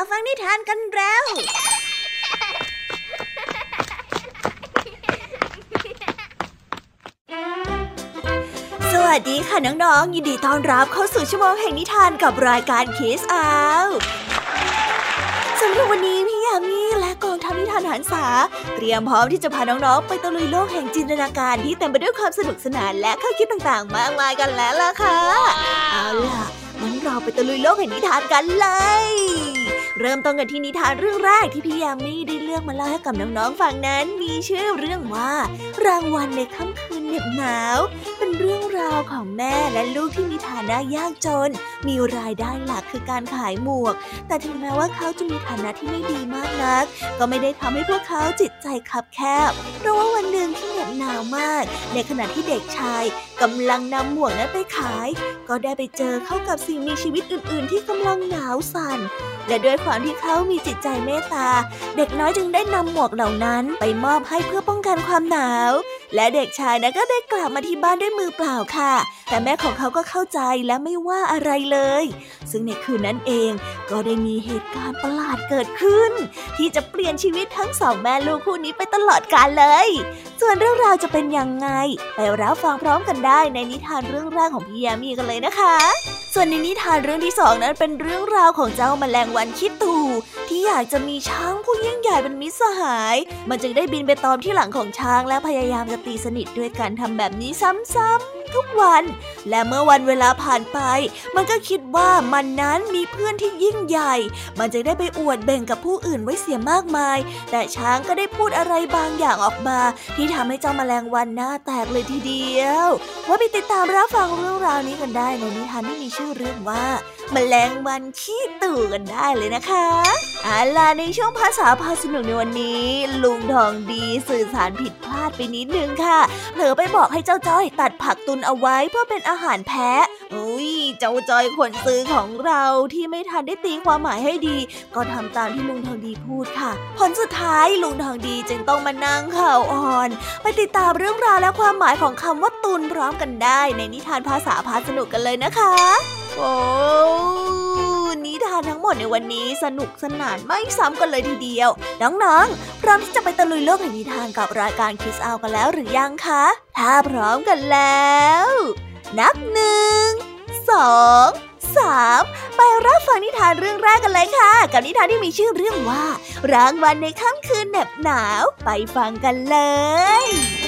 ฟังนิทานกันแล้วสวัสดีค่ะน้องๆยินดีต้อนรับเข้าสู่ชั่วโมงแห่งนิทานกับรายการ Kids Out สำหรับวันนี้พี่ยามีและกองทัพนิทานหันษาเตรียมพร้อมที่จะพาน้องๆไปตะลุยโลกแห่งจินตนาการที่เต็มไปด้วยความสนุกสนานและข้อคิดต่างๆมากมายกันแล้วล่ะค่ะเอาล่ะงั้นเราไปตะลุยโลกแห่งนิทานกันเลยเริ่มต้นกันที่นิทานเรื่องแรกที่พี่ยามีได้เลือกมาเล่าให้กับน้องๆฟังนั้นมีชื่อเรื่องว่ารางวัลในค่ำคืนเหน็บหนาวเป็นเรื่องราวของแม่และลูกที่มีฐานะยากจนมีรายได้หลักคือการขายหมวกแต่ถึงแม้ว่าเขาจะมีฐานะที่ไม่ดีมากนักก็ไม่ได้ทำให้พวกเขาจิตใจคับแคบเพราะว่าวันหนึ่งที่เหน็บหนาวมากในขณะที่เด็กชายกำลังนำหมวกนั้นไปขายก็ได้ไปเจอเข้ากับสิ่งมีชีวิตอื่นๆที่กำลังหนาวสั่นและด้วยความที่เขามีจิตใจเมตตาเด็กน้อยจึงได้นำหมวกเหล่านั้นไปมอบให้เพื่อป้องกันความหนาวและเด็กชายก็ได้กลับมาที่บ้านด้วยมือเปล่าค่ะแต่แม่ของเขาก็เข้าใจและไม่ว่าอะไรเลยซึ่งในคืนนั้นเองก็ได้มีเหตุการณ์ประหลาดเกิดขึ้นที่จะเปลี่ยนชีวิตทั้งสองแม่ลูกคู่นี้ไปตลอดกาลเลยส่วนเรื่องราวจะเป็นยังไงไปรับฟังพร้อมกันได้ในนิทานเรื่องแรกของพี่ยามีกันเลยนะคะส่วนในนิทานเรื่องที่สองนั้นเป็นเรื่องราวของเจ้าแมลงวันขี้ตู่ที่อยากจะมีช้างผู้ยิ่งใหญ่เป็นมิตรสหายมันจึงได้บินไปตอมที่หลังของช้างและพยายามจะตีสนิทด้วยการทำแบบนี้ซ้ำๆทุกวันและเมื่อวันเวลาผ่านไปมันก็คิดว่ามันนั้นมีเพื่อนที่ยิ่งใหญ่มันจะได้ไปอวดเบ่งกับผู้อื่นไว้เสียมากมายแต่ช้างก็ได้พูดอะไรบางอย่างออกมาที่ทำให้เจ้าแมลงวันหน้าแตกเลยทีเดียวว่าไปติดตามรับฟังเรื่องราวนี้กันได้ในนิทานที่มีชื่อเรื่องว่าแมลงวันขี้ตู่กันได้เลยนะคะเอาล่ะในช่วงภาษาพาสนุกในวันนี้ลุงทองดีสื่อสารผิดพลาดไปนิดนึงค่ะเผลอไปบอกให้เจ้าจ้อยตัดผักตุนเอาไว้เพื่อเป็นอาหารแพะเจ้าจ้อยคนซื้อของเราที่ไม่ทันได้ตีความหมายให้ดีก็ทำตามที่ลุงทองดีพูดค่ะผลสุดท้ายลุงทองดีจึงต้องมานั่งเข่าอ่อนไปติดตามเรื่องราวและความหมายของคำว่าตุนพร้อมกันได้ในนิทานภาษาพาสนุกกันเลยนะคะโอ้นิทานทั้งหมดในวันนี้สนุกสนานไม่ซ้ำกันเลยทีเดียวน้องๆพร้อมที่จะไปตะลุยโลกแห่งนิทานกับรายการ Kids Out กันแล้วหรือยังคะถ้าพร้อมกันแล้วนับ1 2 3ไปรับฟังนิทานเรื่องแรกกันเลยค่ะกับนิทานที่มีชื่อเรื่องว่ารางวัลในค่ำคืนเหน็บหนาวไปฟังกันเลย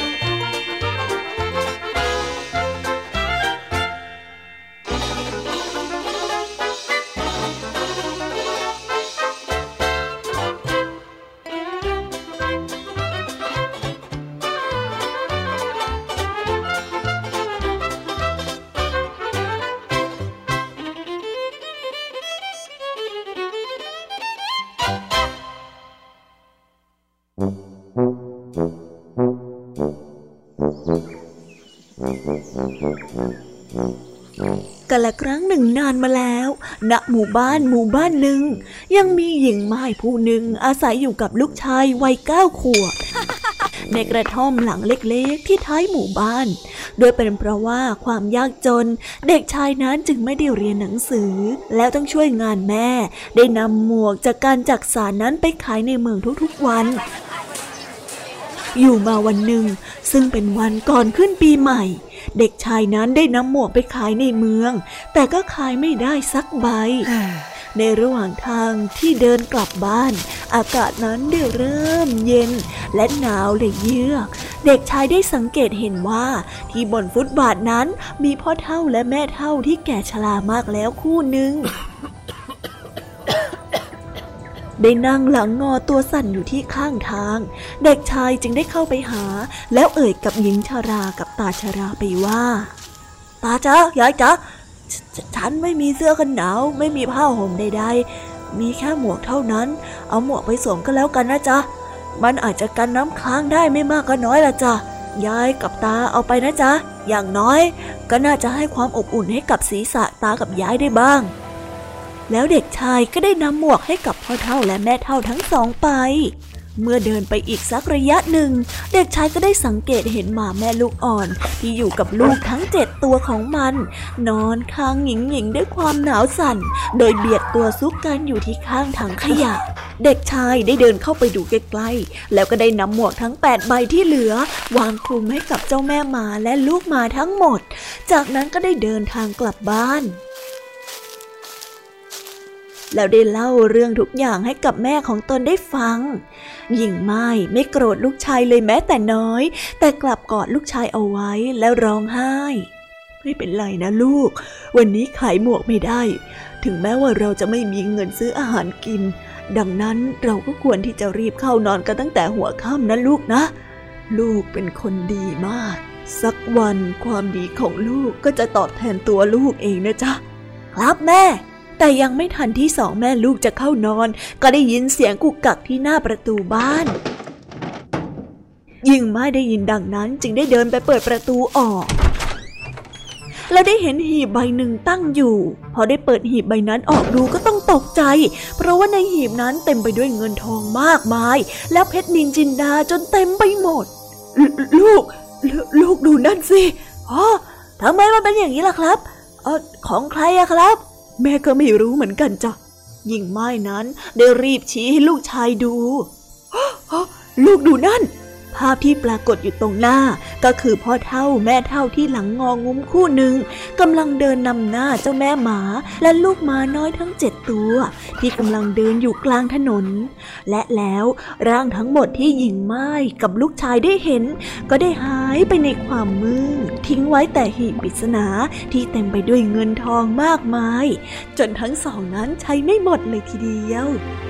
กาลครั้งหนึ่งนานมาแล้วณหมู่บ้านหนึ่งยังมีหญิงม่ายผู้หนึ่งอาศัยอยู่กับลูกชายวัย9 ขวบในกระท่อมหลังเล็กๆที่ท้ายหมู่บ้านโดยเป็นเพราะว่าความยากจนเด็กชายนั้นจึงไม่ได้เรียนหนังสือแล้วต้องช่วยงานแม่ได้นำหมวกจากการจักสานนั้นไปขายในเมืองทุกๆวันอยู่มาวันหนึ่งซึ่งเป็นวันก่อนขึ้นปีใหม่เด็กชายนั้นได้นำหมวกไปขายในเมืองแต่ก็ขายไม่ได้สักใบ ในระหว่างทางที่เดินกลับบ้านอากาศนั้นได้เริ่มเย็นและหนาวเลยเยือกเด็กชายได้สังเกตเห็นว่าที่บนฟุตบาทนั้นมีพ่อเฒ่าและแม่เฒ่าที่แก่ชรามากแล้วคู่หนึ่ง ได้นั่งหลังงอตัวสั่นอยู่ที่ข้างทางเด็กชายจึงได้เข้าไปหาแล้วเอ่ยกับหญิงชรากับตาชราไปว่าตาจ๊ะยายจ๊ะฉันไม่มีเสื้อกันหนาวไม่มีผ้าห่มใดๆมีแค่หมวกเท่านั้นเอาหมวกไปสวมก็แล้วกันนะจ๊ะมันอาจจะกันน้ำค้างได้ไม่มากก็น้อยละจ๊ะยายกับตาเอาไปนะจ๊ะอย่างน้อยก็น่าจะให้ความอบอุ่นให้กับศีรษะตากับยายได้บ้างแล้วเด็กชายก็ได้นำหมวกให้กับพ่อเฒ่าและแม่เฒ่าทั้งสองไปเมื่อเดินไปอีกสักระยะหนึ่งเด็กชายก็ได้สังเกตเห็นหมาแม่ลูกอ่อนที่อยู่กับลูกทั้ง7ตัวของมันนอนค้างหงิงๆด้วยความหนาวสั่นโดยเบียดตัวซุกกันอยู่ที่ข้างถังขยะเด็กชายได้เดินเข้าไปดูใกล้ๆแล้วก็ได้นำหมวกทั้ง8ใบที่เหลือวางคลุมให้กับเจ้าแม่หมาและลูกหมาทั้งหมดจากนั้นก็ได้เดินทางกลับบ้านแล้วได้เล่าเรื่องทุกอย่างให้กับแม่ของตนได้ฟังหญิงไม้ไม่โกรธลูกชายเลยแม้แต่น้อยแต่กลับกอดลูกชายเอาไว้แล้วร้องไห้ไม่เป็นไรนะลูกวันนี้ขายหมวกไม่ได้ถึงแม้ว่าเราจะไม่มีเงินซื้ออาหารกินดังนั้นเราก็ควรที่จะรีบเข้านอนกันตั้งแต่หัวค่ำนะลูกนะลูกเป็นคนดีมากสักวันความดีของลูกก็จะตอบแทนตัวลูกเองนะจ๊ะครับแม่แต่ยังไม่ทันที่สองแม่ลูกจะเข้านอนก็ได้ยินเสียงกุกกักที่หน้าประตูบ้านหญิงไม้ได้ยินดังนั้นจึงได้เดินไปเปิดประตูออกแล้วได้เห็นหีบใบหนึ่งตั้งอยู่พอได้เปิดหีบใบนั้นออกดูก็ต้องตกใจเพราะว่าในหีบนั้นเต็มไปด้วยเงินทองมากมายและเพชรนินจินดาจนเต็มไปหมดลูกดูนั่นสิอ๋อทำไมมันเป็นอย่างนี้ล่ะครับของใครอะครับแม่ก็ไม่รู้เหมือนกันจ้ะหญิงไม้นั้นได้รีบชี้ให้ลูกชายดูลูกดูนั่นภาพที่ปรากฏอยู่ตรงหน้าก็คือพ่อเฒ่าแม่เฒ่าที่หลังงองุ้มคู่หนึ่งกำลังเดินนำหน้าเจ้าแม่หมาและลูกหมาน้อยทั้ง7ตัวที่กำลังเดินอยู่กลางถนนและแล้วร่างทั้งหมดที่หญิงไม้กับลูกชายได้เห็นก็ได้หายไปในความมืดทิ้งไว้แต่หีบปริศนาที่เต็มไปด้วยเงินทองมากมายจนทั้งสองนั้นใช้ไม่หมดเลยทีเดียว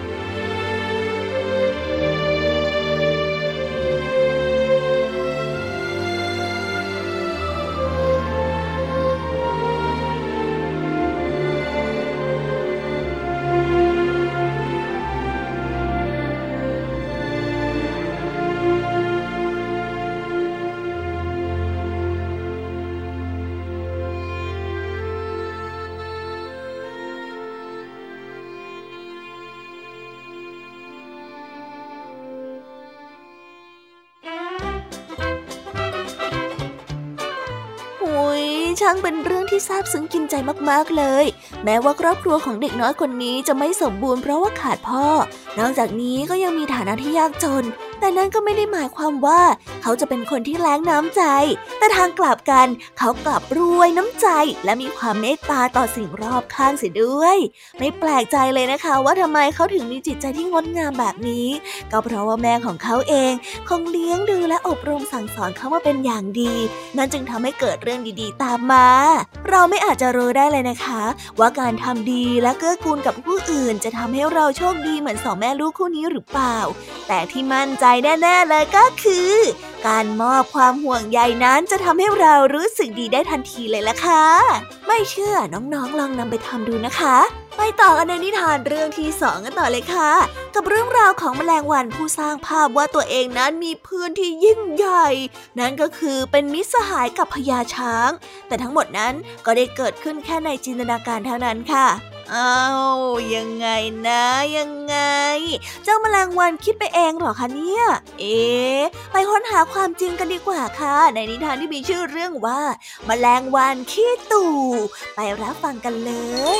ช่างเป็นเรื่องที่ซาบซึ้งกินใจมากๆเลยแม้ว่าครอบครัวของเด็กน้อยคนนี้จะไม่สมบูรณ์เพราะว่าขาดพ่อนอกจากนี้ก็ยังมีฐานะที่ยากจนแต่นั่นก็ไม่ได้หมายความว่าเขาจะเป็นคนที่แล้งน้ำใจแต่ทางกลับกันเขากลับรวยน้ำใจและมีความเมตตาต่อสิ่งรอบข้างเสียด้วยไม่แปลกใจเลยนะคะว่าทำไมเขาถึงมีจิตใจที่งดงามแบบนี้ก็เพราะว่าแม่ของเขาเองคงเลี้ยงดูและอบรมสั่งสอนเขามาเป็นอย่างดีนั่นจึงทำให้เกิดเรื่องดีๆตามมาเราไม่อาจจะรู้ได้เลยนะคะว่าการทำดีและเกื้อกูลกับผู้อื่นจะทำให้เราโชคดีเหมือนสองแม่ลูกคู่นี้หรือเปล่าแต่ที่มั่นใจแน่ๆเลยก็คือการมอบความห่วงใยนั้นจะทำให้เรารู้สึกดีได้ทันทีเลยล่ะค่ะไม่เชื่อน้องๆลองนำไปทำดูนะคะไปต่อกันในนิทานเรื่องที่2กันต่อเลยค่ะกับเรื่องราวของแมลงวันผู้สร้างภาพว่าตัวเองนั้นมีเพื่อนที่ยิ่งใหญ่นั่นก็คือเป็นมิตรสหายกับพญาช้างแต่ทั้งหมดนั้นก็ได้เกิดขึ้นแค่ในจินตนาการเท่านั้นค่ะยังไงนะยังไงเจ้าแมลงวันคิดไปเองหรอคะเนี่ยไปค้นหาความจริงกันดีกว่าค่ะในนิทานที่มีชื่อเรื่องว่าแมลงวันขี้ตู่ไปรับฟังกันเลย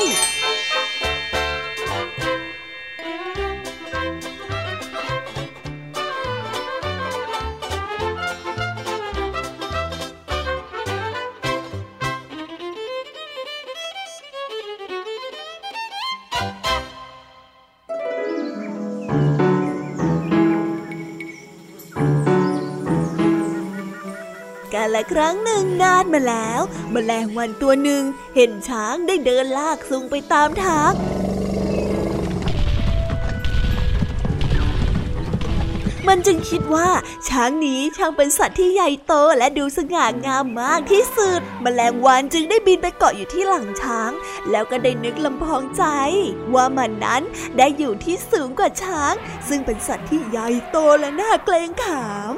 กาลครั้งหนึ่งนานมาแล้วแมลงวันตัวหนึ่งเห็นช้างได้เดินลากซุงไปตามทางมันจึงคิดว่าช้างนี้ช่างเป็นสัตว์ที่ใหญ่โตและดูสง่างามมากที่สุดแมลงวันจึงได้บินไปเกาะอยู่ที่หลังช้างแล้วก็ได้นึกลำพองใจว่ามันนั้นได้อยู่ที่สูงกว่าช้างซึ่งเป็นสัตว์ที่ใหญ่โตและน่าเกรงขาม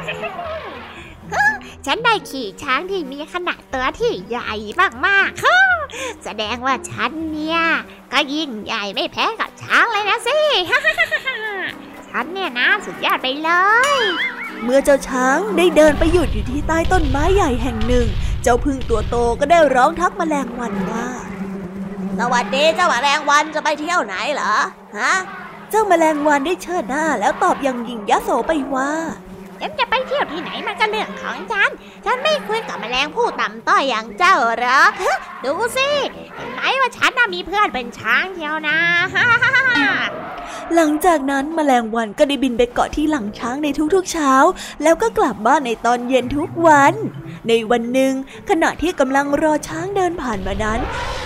ฉันได้ขี่ช้างที่มีขนาดตัวที่ใหญ่มากๆแสดงว่าฉันเนี่ยก็ยิ่งใหญ่ไม่แพ้กับช้างเลยนะสิฉันเนี่ยนะสุดยอดไปเลยเมื่อเจ้าช้างได้เดินไปหยุดอยู่ที่ใต้ต้นไม้ใหญ่แห่งหนึ่งเจ้าผึ้งตัวโตก็ได้ร้องทักแมลงวันว่าสวัสดีเจ้าแมลงวันจะไปเที่ยวไหนเหรอฮะเจ้าแมลงวันได้เชิดหน้าแล้วตอบอย่างหยิ่งยโสไปว่าฉันจะไปเที่ยวที่ไหนมันก็เรื่องของฉันไม่คุยกับแมลงผู้ต่ำต้อยอย่างเจ้าหรอกดูสิเห็นไหมว่าฉันมีเพื่อนเป็นช้างเที่ยวนะหลังจากนั้นแมลงวันก็ได้บินไปเกาะที่หลังช้างในทุกๆเช้าแล้วก็กลับบ้านในตอนเย็นทุกวันในวันหนึ่งขณะที่กำลังรอช้างเดินผ่านมานั้น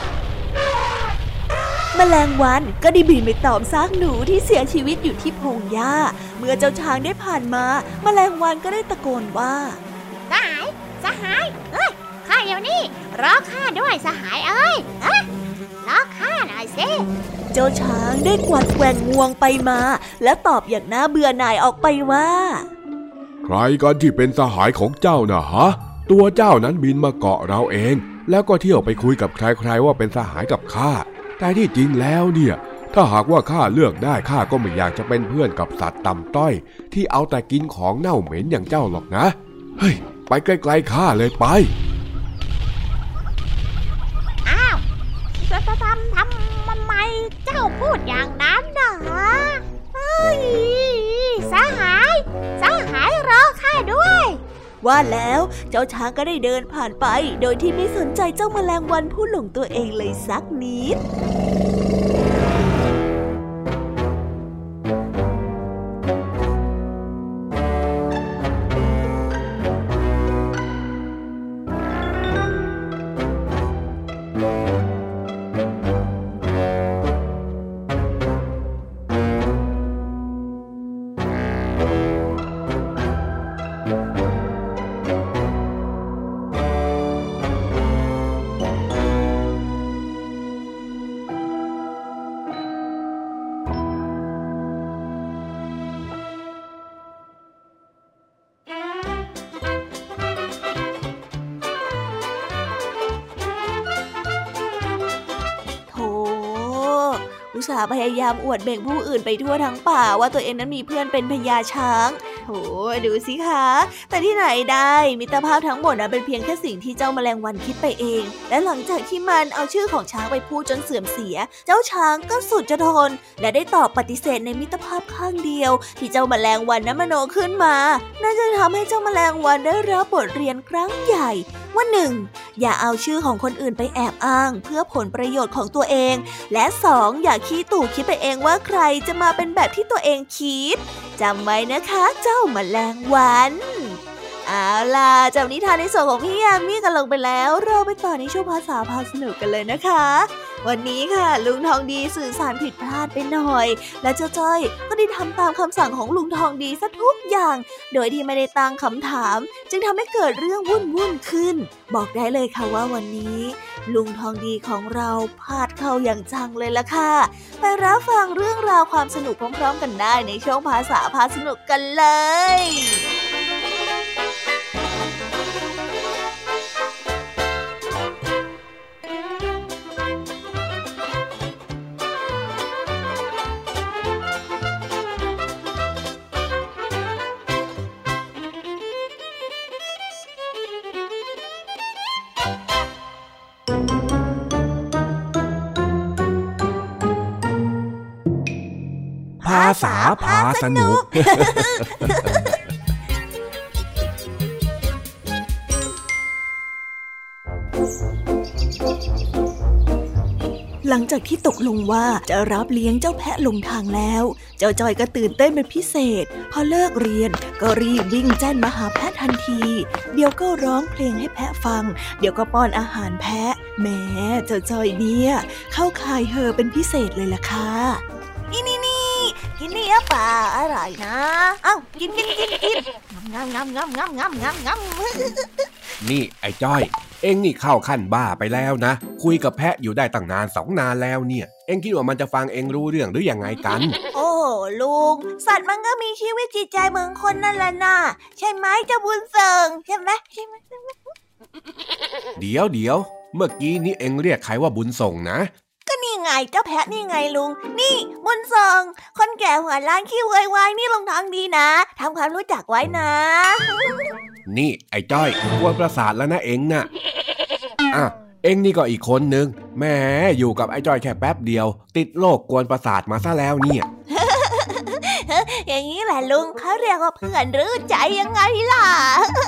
แมลงวันก็ได้บินไปตอมซากหนูที่เสียชีวิตอยู่ที่พงหญ้าเมื่อเจ้าช้างได้ผ่านมาแมลงวันก็ได้ตะโกนว่าสหายเอ้ยข้าอยู่นี่รอข้าด้วยสหายเอ้ยรอข้าหน่อยสิเจ้าช้างได้กวัดแกว่งงวงไปมาและตอบอย่างน่าเบื่อหน่ายออกไปว่าใครกันที่เป็นสหายของเจ้านะฮะตัวเจ้านั้นบินมาเกาะเราเองแล้วก็เที่ยวไปคุยกับใครๆว่าเป็นสหายกับข้าแต่ที่จริงแล้วเนี่ยถ้าหากว่าข้าเลือกได้ข้าก็ไม่อยากจะเป็นเพื่อนกับสัตว์ต่ำต้อยที่เอาแต่กินของเน่าเหม็นอย่างเจ้าหรอกนะเฮ้ยไปไกลๆข้าเลยไปอ้าวทำไมเจ้าพูดอย่างนั้นนะเฮ้ยสหายรอข้าด้วยว่าแล้วเจ้าช้างก็ได้เดินผ่านไปโดยที่ไม่สนใจเจ้าแมลงวันผู้หลงตัวเองเลยสักนิดอุตส่าห์พยายามอวดเบ่งผู้อื่นไปทั่วทั้งป่าว่าตัวเองนั้นมีเพื่อนเป็นพญาช้างโหดูสิคะแต่ที่ไหนได้มิตรภาพทั้งหมดนั้นเป็นเพียงแค่สิ่งที่เจ้าแมลงวันคิดไปเองและหลังจากที่มันเอาชื่อของช้างไปพูดจนเสื่อมเสียเจ้าช้างก็สุดจะทนและได้ตอบปฏิเสธในมิตรภาพข้างเดียวที่เจ้าแมลงวันนั้นมโนขึ้นมาน่าจะทำให้เจ้าแมลงวันได้รับบทเรียนครั้งใหญ่ว่าหนึ่งอย่าเอาชื่อของคนอื่นไปแอบอ้างเพื่อผลประโยชน์ของตัวเองและสองอย่าขี้ตู่คิดไปเองว่าใครจะมาเป็นแบบที่ตัวเองคิดจำไว้นะคะเจ้าแมลงวันเอาล่ะจำนิทานในส่วนของพี่ยามีกันลงไปแล้วเราไปต่อในช่วงภาษาพาสนุกกันเลยนะคะวันนี้ค่ะลุงทองดีสื่อสารผิดพลาดไปหน่อยและเจ้าจ้อยก็ได้ทำตามคำสั่งของลุงทองดีซะทุกอย่างโดยที่ไม่ได้ตั้งคำถามจึงทำให้เกิดเรื่องวุ่นขึ้นบอกได้เลยค่ะว่าวันนี้ลุงทองดีของเราพลาดเข้าอย่างจังเลยล่ะค่ะไปรับฟังเรื่องราวความสนุกพร้อมๆกันได้ในช่วงภาษาพาสนุกกันเลยภาษาพาสนุกหลังจากที่ตกลงว่าจะรับเลี้ยงเจ้าแพะลงทางแล้วเจ้าจอยก็ตื่นเต้นเป็นพิเศษพอเลิกเรียนก็รีบวิ่งแจ้นมาหาแพะทันทีเดี๋ยวก็ร้องเพลงให้แพะฟังเดี๋ยวก็ป้อนอาหารแพะแหมเจ้าจอยเนี่ยเข้าข่ายเหอเป็นพิเศษเลยล่ะค่ะนี่กินนี่เปล่าอร่อยนะเอ้ากินงำนี่ไอ้จ้อยเอ็งนี่เข้าขั้นบ้าไปแล้วนะคุยกับแพะอยู่ได้ตั้งนาน2 นานแล้วเนี่ยเอ็งคิดว่ามันจะฟังเอ็งรู้เรื่องหรือยังไงกันโอ้ลุงสัตว์มันก็มีชีวิตจิตใจเหมือนคนนั่นแหละนะใช่ไหมเจ้าบุญเสิงใช่ไหมเดี๋ยวเมื่อกี้นี้เอ็งเรียกใครว่าบุญส่งนะก็นี่ไงเจ้าแพะนี่ไงลุงนี่บุญส่งคนแก่หัวล้านขี้วายนี่ลุงทองดีนะทำความรู้จักไว้นะนี่ไอ้จ้อยกวนประสาทแล้วนะเอ็งน่ะเอ็งนี่ก็อีกคนนึงแหมอยู่กับไอ้จ้อยแค่แป๊บเดียวติดโรคกวนประสาทมาซะแล้วเนี่ยอย่างนี้แหละลุงเขาเรียกว่าเพื่อนรู้ใจยังไงล่ะ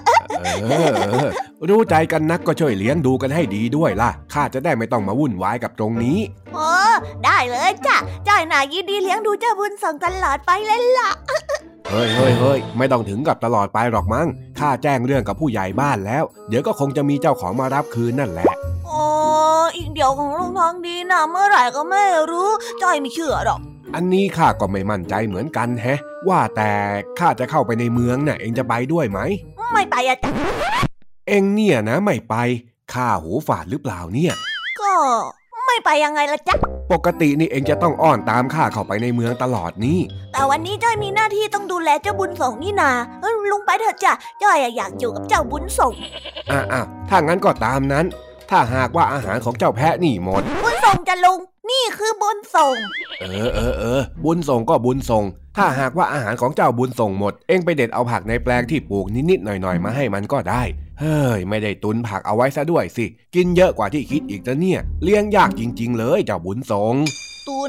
รู้ใจกันนักก็ช่วยเลี้ยงดูกันให้ดีด้วยล่ะข้าจะได้ไม่ต้องมาวุ่นวายกับตรงนี้โอ้ได้เลยจ้ะจ้อยน่ะยินดีเลี้ยงดูเจ้าบุญส่งตลอดไปเลยล่ะเฮ้ยไม่ต้องถึงกับตลอดไปหรอกมั้งข้าแจ้งเรื่องกับผู้ใหญ่บ้านแล้วเดี๋ยวก็คงจะมีเจ้าของมารับคืนนั่นแหละโอ้อีกเดี๋ยวของลุงทองดีนะเมื่อไหร่ก็ไม่รู้จ้อยไม่เชื่อหรอกอันนี้ข้าก็ไม่มั่นใจเหมือนกันแฮะว่าแต่ข้าจะเข้าไปในเมืองน่ะเองจะไปด้วยไหมไม่ไปอะจ้ะเองเนี่ยนะไม่ไปข้าหูฝาดหรือเปล่าเนี่ยก็ไม่ไปยังไงล่ะจ๊ะปกตินี่เองจะต้องอ้อนตามข้าเข้าไปในเมืองตลอดนี่แต่วันนี้จ้อยมีหน้าที่ต้องดูแลเจ้าบุญส่งนี่นาลุงไปเถอะจ้ะจ้อยอยากอยู่กับเจ้าบุญส่งถ้างั้นก็ตามนั้นถ้าหากว่าอาหารของเจ้าแพะนี่หมดบุญส่งจะลุงนี่คือบุญส่งบุญส่งก็บุญส่งถ้าหากว่าอาหารของเจ้าบุญส่งหมดเอ็งไปเด็ดเอาผักในแปลงที่ปลูกนิดๆหน่อยๆมาให้มันก็ได้เฮ้ยไม่ได้ตุนผักเอาไว้ซะด้วยสิกินเยอะกว่าที่คิดอีกนะเนี่ยเลี้ยงยากจริงๆเลยเจ้าบุญส่งตุ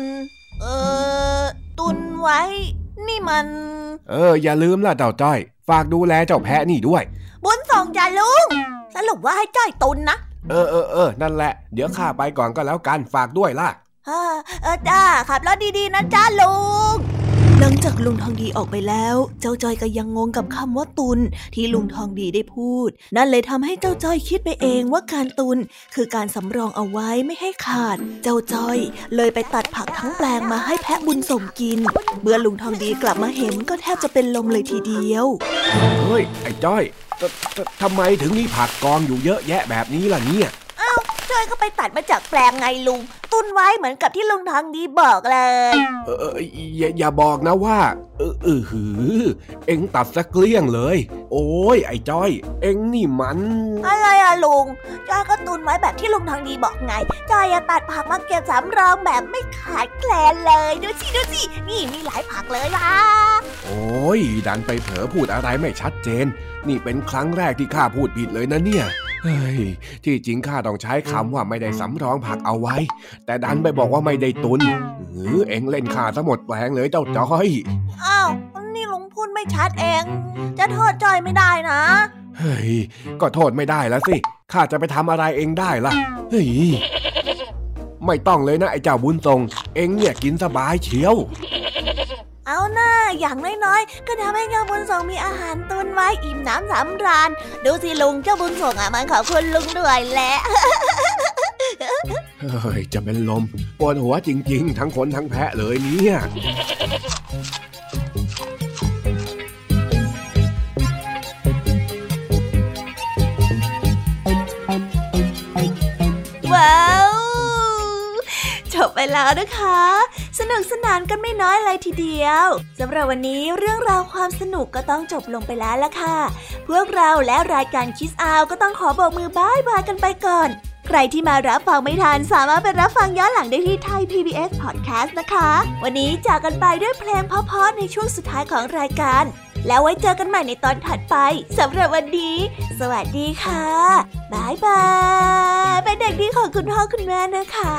นไว้นี่มันอย่าลืมล่ะเจ้าจ้อยฝากดูแลเจ้าแพะนี่ด้วยบุญส่งจ้ะลุงสรุปว่าให้จ้อยตุนนะนั่นแหละเดี๋ยวข้าไปก่อนก็แล้วกันฝากด้วยล่ะจ้าขับรถดีๆนะจ้าลุงหลังจากลุงทองดีออกไปแล้วเจ้าจ้อยก็ยังงงกับคำว่าตุนที่ลุงทองดีได้พูดนั่นเลยทำให้เจ้าจ้อยคิดไปเองว่าการตุนคือการสำรองเอาไว้ไม่ให้ขาดเจ้าจ้อยเลยไปตัดผักทั้งแปลงมาให้แพะบุญส่งกินเมื่อลุงทองดีกลับมาเห็นก็แทบจะเป็นลมเลยทีเดียวเฮ้ยไอ้จ้อยทำไมถึงมีผักกองอยู่เยอะแยะแบบนี้ล่ะเนี่ยจ้อยก็ไปตัดมาจากแปลงไงลุงตุนไว้เหมือนกับที่ลุงทองดีบอกเลยอย่าบอกนะว่าเอ็งตัดซะเกลี้ยงเลยโอ้ยไอ้จ้อยเอ็งนี่มันอะไรอะลุงจ้อยก็ตุนไว้แบบที่ลุงทองดีบอกไงจ้อยตัดผักมาเก็บสำรองแบบไม่ขาดแคลนเลยดูสินี่มีหลายผักเลยล่ะโอ้ยดันไปเผลอพูดอะไรไม่ชัดเจนนี่เป็นครั้งแรกที่ข้าพูดผิดเลยนะเนี่ยเฮ้ยที่จริงข้าต้องใช้คำว่าไม่ได้สำรองผักเอาไว้แต่ดันไปบอกว่าไม่ได้ตุนเอ็งเล่นข้าซะหมดแปลงเลยเจ้าจ้อยอ้าวนี่ลุงพูดไม่ชัดเองจะโทษจ้อยไม่ได้นะเฮ้ยก็โทษไม่ได้แล้วสิข้าจะไปทำอะไรเองได้ล่ะเฮ้ยไม่ต้องเลยนะไอ้เจ้าบุญส่งเอ็งเนี่ยกินสบายเชียวเอาหน้าอย่างน้อยๆก็ทำให้เจ้าบุญส่งมีอาหารตุนไว้อิ่มน้ำสำราญดูสิลุงเจ้าบุญส่งมันขอบคุณลุงด้วยแหละเฮ้ยจะเป็นลมปวดหัวจริงๆทั้งคนทั้งแพะเลยเนี่ยว้าวจบไปแล้วนะคะสนุกสนานกันไม่น้อยเลยทีเดียวสำหรับวันนี้เรื่องราวความสนุกก็ต้องจบลงไปแล้วล่ะค่ะพวกเราและรายการ Kids Out ก็ต้องขอบอกมือบ๊ายบายกันไปก่อนใครที่มารับฟังไม่ทันสามารถไปรับฟังย้อนหลังได้ที่ Thai PBS Podcast นะคะวันนี้จากกันไปด้วยเพลงเพราะๆในช่วงสุดท้ายของรายการแล้วไว้เจอกันใหม่ในตอนถัดไปสำหรับวันนี้สวัสดีค่ะบ๊ายบายเป็นเด็กดีของคุณพ่อคุณแม่นะคะ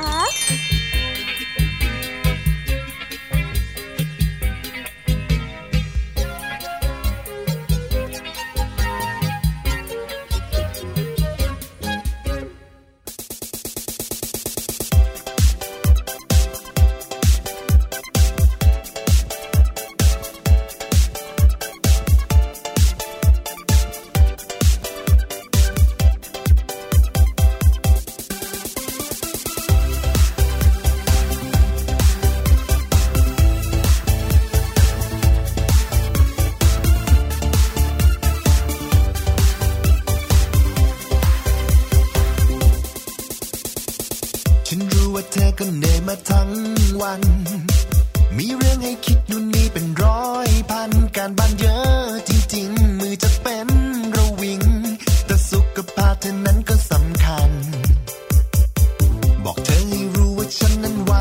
มีเรื่องให้คิดนู่นนี่เป็นร้อยพันการบ้านเยอะจริงๆมือจะเป็นระวิงแต่สุขภาพเธอนั้นก็สำคัญบอกเธอให้รู้ว่าฉันนั้นไว้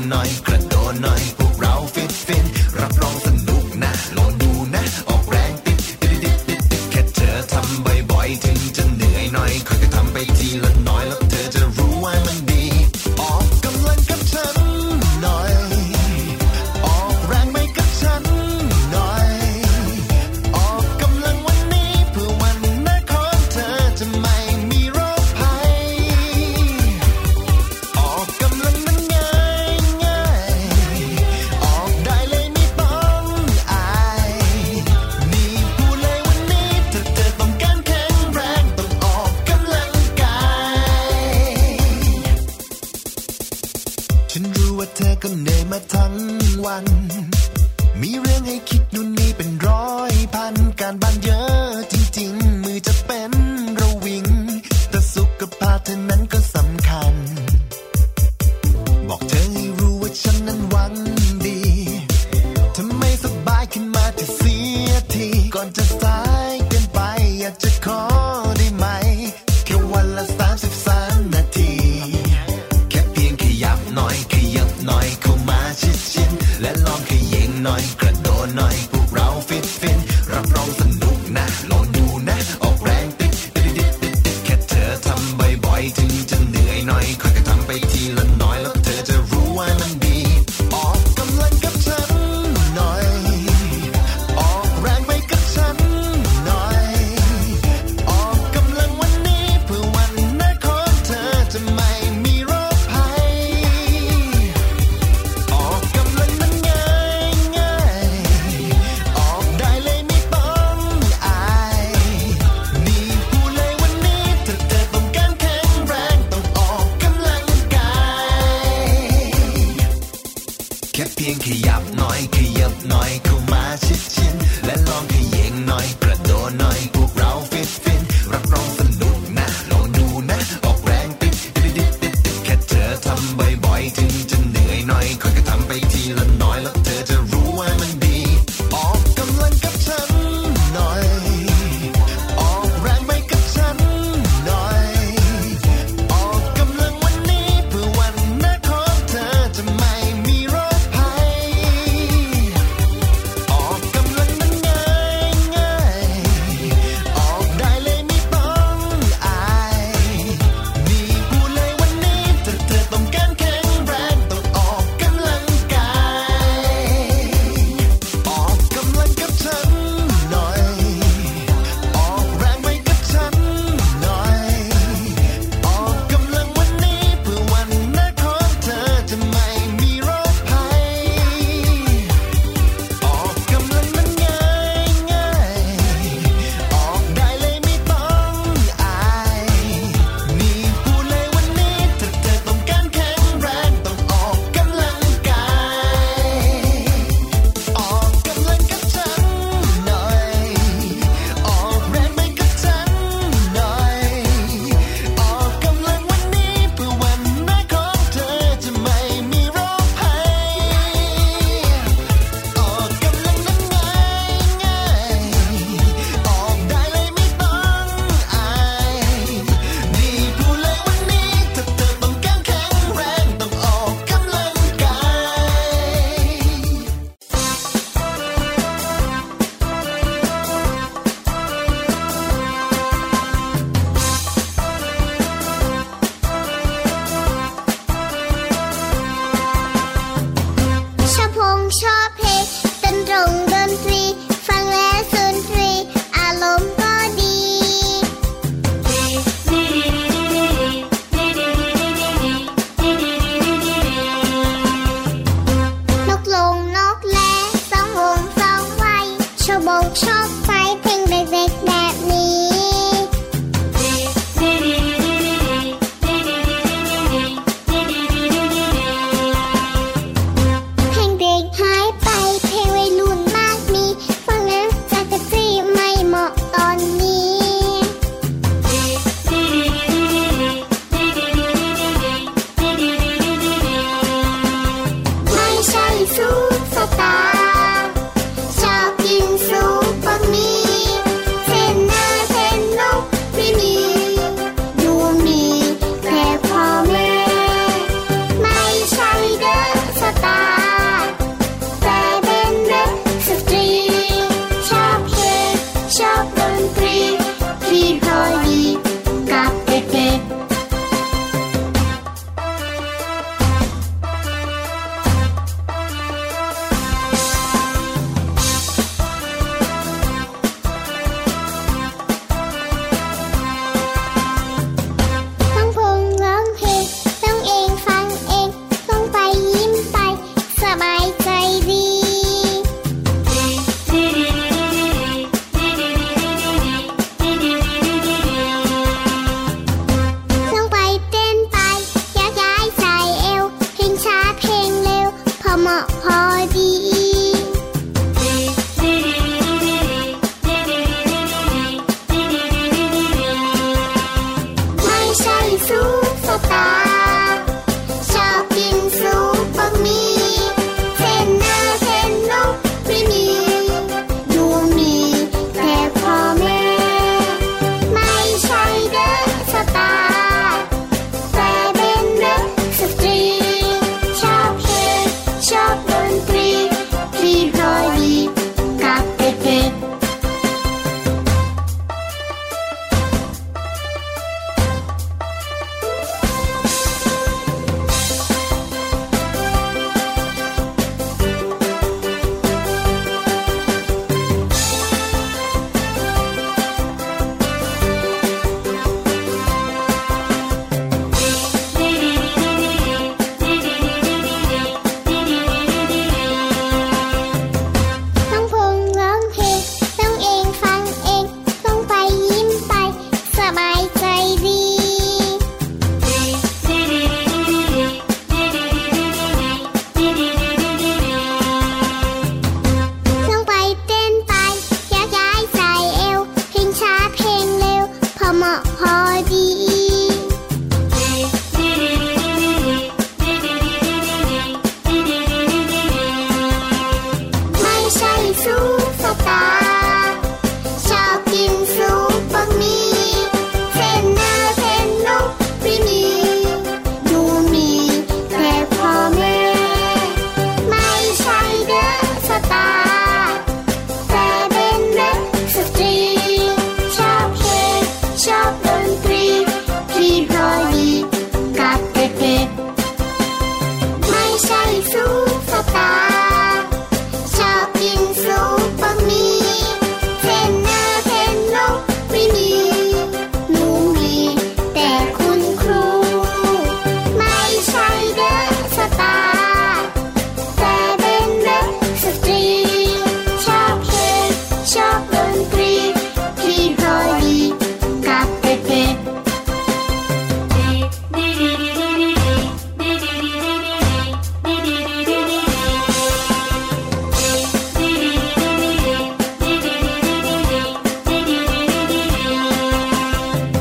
หน่อยกระโดดหน่อยพวกเราฟิตฟินรับรองสนุกนะลองดูนะออกแรงติดแค่เธอทำบ่อยๆถึงจะเหนื่อยหน่อยค่อยๆทำไปทีละน้อยแล้วเธอจะรู้ว่ามันดีออกกำลังกับฉันหน่อยออกแรงไปกับฉันหน่อยออกกำลังวันนี้เพื่อวันหน้าของเธอจะไม่มีโรคภัยออกกำลังมันง่ายออกได้เลยไม่ต้องอายนี่พูดเลยวันนี้ถ้าเธอต้องการแข็งแรงต้องออกกำลังกายฉันรู้ว่าเธอก็เหนื่อยมาทั้งวันมีเรื่องให้คิดนู่นนี่เป็นร้อยพันการบ้านเยอะจริงๆมือจะเป็นระวิงแต่สุขภาพเธอนั้นก็สำคัญบอกเธอให้รู้ว่าฉันนั้นหวังดีถ้าไม่สบายขึ้นมาที่เสียทีก่อนจะสายเกินไปอยากจะขอได้ไหมแค่วันละ33 นาทีแค่เพียงขยับหน่อยขยับหน่อยเข้ามาชิดๆและลองขยิงหน่อยกระโดดหน่อยพวกเราฟิตฟินรับรองสนุกนะลองดูนะออกแรงติดแค่เธอทำบ่อยๆถึงจะเหนื่อยหน่อยค่อยๆทำไปทีละน้อยแล้วเธอจะรู้ว่ามันดีออกกำลังกับฉันหน่อยออกแรงไปกับฉันหน่อยออกกำลังวันนี้เพื่อวันหน้าของเธอจะไม่มีโรคภัยออกกำลังมันง่ายออกได้เลยไม่ต้องอายนี่พูดเลยวันนี้ถ้าเธอต้องการแข็งแรงต้องออกกำลังกายแค่เพียงขยับหน่อยขยับหน่อยเข้ามาชิดๆและลองขยิงหน่อยกระโดดหน่อยพวกเราฟิตฟินรับรองสนุกนะลองดูนะออกแรงติดแค่เธอทำบ่อยๆถึงจะเหนื่อยหน่อยค่อยๆทำไปทีละน้อยแล้วเธอจะรู้ว่ามันดีออกกำลังกับฉันหน่อยออกแรงไปกับฉันหน่อยออกกำลังวันนี้เพื่อวันหน้าของเธอจะไม่มีโรคภัยออกกำลังมันง่ายอะพอดีไม่ใช่ซุปสตาร์ชอบกินซุปบะหมี่เส้นหน้าเส้นนกไม่มีดูมีแต่พ่อแม่ไม่ใช่เด็กสตาร์แต่เป็นเด็กสตรีชอบเพลงชอบดนตรีที่รอยดีกับเด็กๆ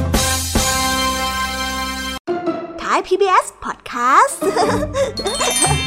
PBS Podcast